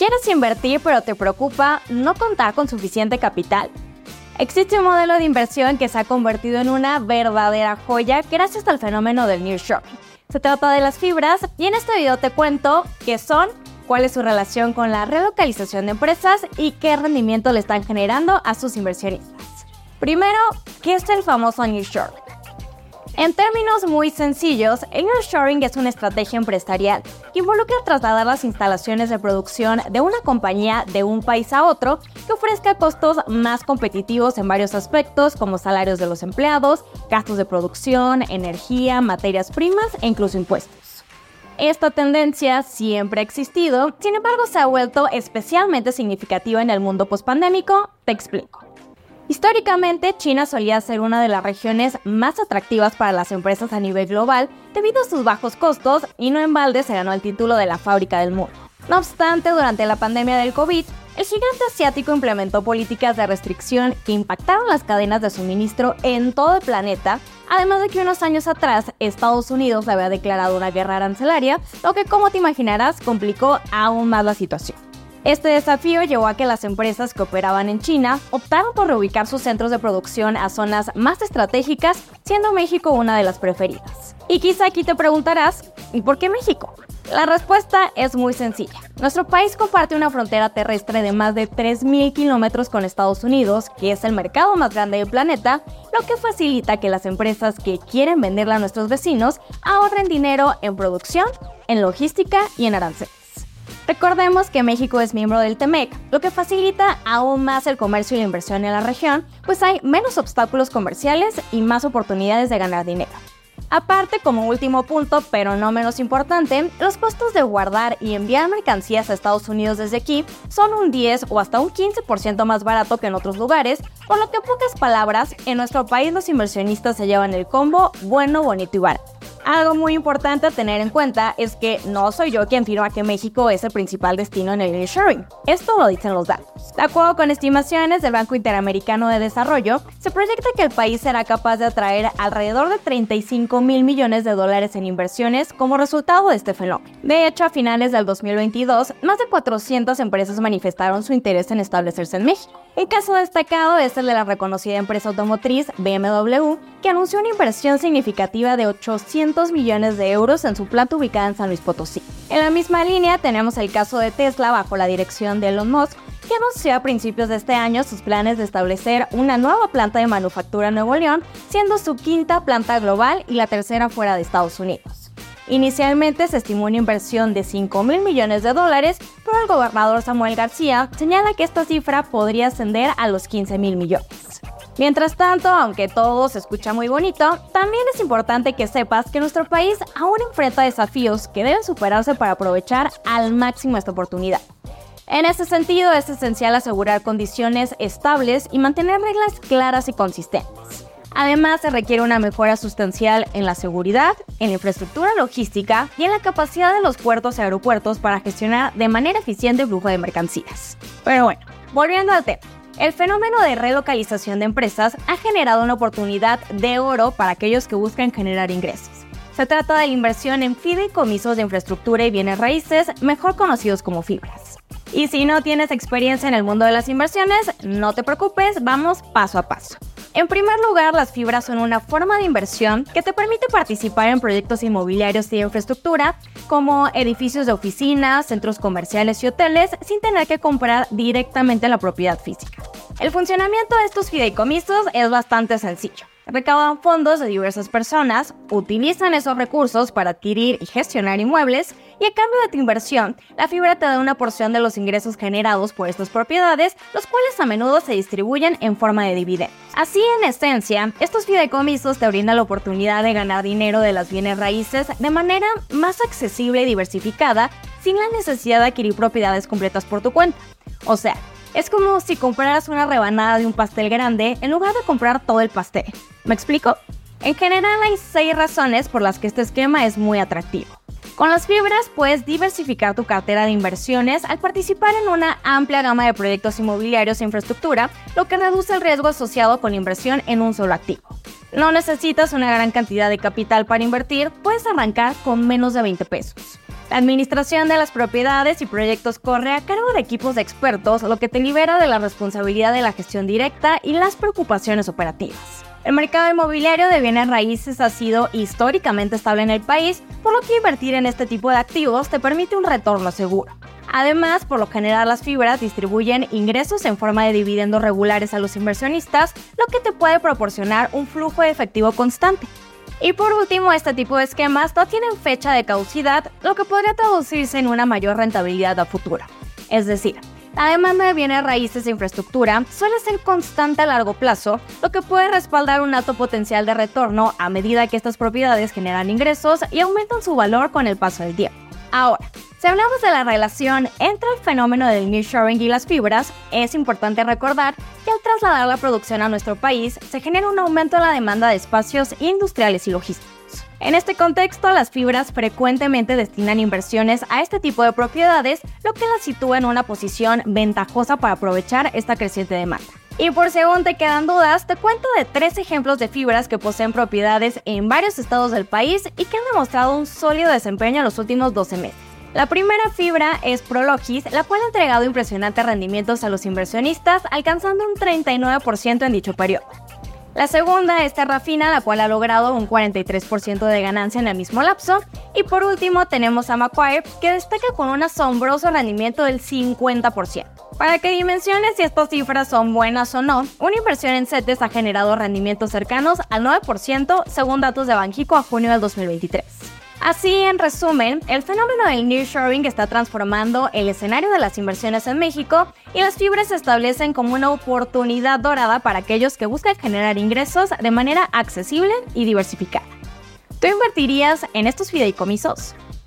¿Quieres invertir pero te preocupa no contar con suficiente capital? Existe un modelo de inversión que se ha convertido en una verdadera joya gracias al fenómeno del nearshoring. Se trata de las fibras y en este video te cuento qué son, cuál es su relación con la relocalización de empresas y qué rendimiento le están generando a sus inversionistas. Primero, ¿qué es el famoso nearshoring? En términos muy sencillos, el nearshoring es una estrategia empresarial que involucra trasladar las instalaciones de producción de una compañía de un país a otro que ofrezca costos más competitivos en varios aspectos como salarios de los empleados, gastos de producción, energía, materias primas e incluso impuestos. Esta tendencia siempre ha existido, sin embargo se ha vuelto especialmente significativa en el mundo pospandémico. Te explico. Históricamente, China solía ser una de las regiones más atractivas para las empresas a nivel global debido a sus bajos costos y no en balde se ganó el título de la fábrica del mundo. No obstante, durante la pandemia del COVID, el gigante asiático implementó políticas de restricción que impactaron las cadenas de suministro en todo el planeta, además de que unos años atrás Estados Unidos le había declarado una guerra arancelaria, lo que, como te imaginarás, complicó aún más la situación. Este desafío llevó a que las empresas que operaban en China optaron por reubicar sus centros de producción a zonas más estratégicas, siendo México una de las preferidas. Y quizá aquí te preguntarás, ¿y por qué México? La respuesta es muy sencilla. Nuestro país comparte una frontera terrestre de más de 3.000 kilómetros con Estados Unidos, que es el mercado más grande del planeta, lo que facilita que las empresas que quieren venderle a nuestros vecinos ahorren dinero en producción, en logística y en aranceles. Recordemos que México es miembro del TEMEC, lo que facilita aún más el comercio y la inversión en la región, pues hay menos obstáculos comerciales y más oportunidades de ganar dinero. Aparte, como último punto, pero no menos importante, los costos de guardar y enviar mercancías a Estados Unidos desde aquí son un 10 o hasta un 15% más barato que en otros lugares, por lo que en pocas palabras, en nuestro país los inversionistas se llevan el combo bueno, bonito y barato. Algo muy importante a tener en cuenta es que no soy yo quien afirma que México es el principal destino en el nearshoring. Esto lo dicen los datos. De acuerdo con estimaciones del Banco Interamericano de Desarrollo, se proyecta que el país será capaz de atraer alrededor de $35,000 millones en inversiones como resultado de este fenómeno. De hecho, a finales del 2022, más de 400 empresas manifestaron su interés en establecerse en México. Un caso destacado es el de la reconocida empresa automotriz BMW, que anunció una inversión significativa de 800 millones de euros en su planta ubicada en San Luis Potosí. En la misma línea tenemos el caso de Tesla bajo la dirección de Elon Musk, que anunció a principios de este año sus planes de establecer una nueva planta de manufactura en Nuevo León, siendo su quinta planta global y la tercera fuera de Estados Unidos. Inicialmente se estimó una inversión de $5,000 millones, pero el gobernador Samuel García señala que esta cifra podría ascender a los $15,000 millones. Mientras tanto, aunque todo se escucha muy bonito, también es importante que sepas que nuestro país aún enfrenta desafíos que deben superarse para aprovechar al máximo esta oportunidad. En ese sentido, es esencial asegurar condiciones estables y mantener reglas claras y consistentes. Además, se requiere una mejora sustancial en la seguridad, en la infraestructura logística y en la capacidad de los puertos y aeropuertos para gestionar de manera eficiente el flujo de mercancías. Pero bueno, volviendo al tema. El fenómeno de relocalización de empresas ha generado una oportunidad de oro para aquellos que buscan generar ingresos. Se trata de la inversión en fideicomisos de infraestructura y bienes raíces, mejor conocidos como fibras. Y si no tienes experiencia en el mundo de las inversiones, no te preocupes, vamos paso a paso. En primer lugar, las fibras son una forma de inversión que te permite participar en proyectos inmobiliarios y de infraestructura, como edificios de oficinas, centros comerciales y hoteles, sin tener que comprar directamente la propiedad física. El funcionamiento de estos fideicomisos es bastante sencillo. Recaudan fondos de diversas personas, utilizan esos recursos para adquirir y gestionar inmuebles y a cambio de tu inversión, la fibra te da una porción de los ingresos generados por estas propiedades, los cuales a menudo se distribuyen en forma de dividendos. Así, en esencia, estos fideicomisos te brindan la oportunidad de ganar dinero de las bienes raíces de manera más accesible y diversificada, sin la necesidad de adquirir propiedades completas por tu cuenta. O sea, es como si compraras una rebanada de un pastel grande en lugar de comprar todo el pastel. ¿Me explico? En general hay 6 razones por las que este esquema es muy atractivo. Con las fibras puedes diversificar tu cartera de inversiones al participar en una amplia gama de proyectos inmobiliarios e infraestructura, lo que reduce el riesgo asociado con la inversión en un solo activo. No necesitas una gran cantidad de capital para invertir, puedes arrancar con menos de 20 pesos. La administración de las propiedades y proyectos corre a cargo de equipos de expertos, lo que te libera de la responsabilidad de la gestión directa y las preocupaciones operativas. El mercado inmobiliario de bienes raíces ha sido históricamente estable en el país, por lo que invertir en este tipo de activos te permite un retorno seguro. Además, por lo general las fibras distribuyen ingresos en forma de dividendos regulares a los inversionistas, lo que te puede proporcionar un flujo de efectivo constante. Y por último, este tipo de esquemas no tienen fecha de caducidad, lo que podría traducirse en una mayor rentabilidad a futuro. Es decir, la demanda de bienes raíces e infraestructura suele ser constante a largo plazo, lo que puede respaldar un alto potencial de retorno a medida que estas propiedades generan ingresos y aumentan su valor con el paso del tiempo. Ahora, si hablamos de la relación entre el fenómeno del nearshoring y las fibras, es importante recordar que al trasladar la producción a nuestro país, se genera un aumento en la demanda de espacios industriales y logísticos. En este contexto, las fibras frecuentemente destinan inversiones a este tipo de propiedades, lo que las sitúa en una posición ventajosa para aprovechar esta creciente demanda. Y por si aún te quedan dudas, te cuento de 3 ejemplos de fibras que poseen propiedades en varios estados del país y que han demostrado un sólido desempeño en los últimos 12 meses. La primera fibra es Prologis, la cual ha entregado impresionantes rendimientos a los inversionistas, alcanzando un 39% en dicho periodo. La segunda es Terrafina, la cual ha logrado un 43% de ganancia en el mismo lapso. Y por último tenemos a Macquarie, que destaca con un asombroso rendimiento del 50%. Para que dimensiones si estas cifras son buenas o no, una inversión en CETES ha generado rendimientos cercanos al 9% según datos de Banxico a junio del 2023. Así, en resumen, el fenómeno del nearshoring está transformando el escenario de las inversiones en México y las fibras se establecen como una oportunidad dorada para aquellos que buscan generar ingresos de manera accesible y diversificada. ¿Tú invertirías en estos fideicomisos?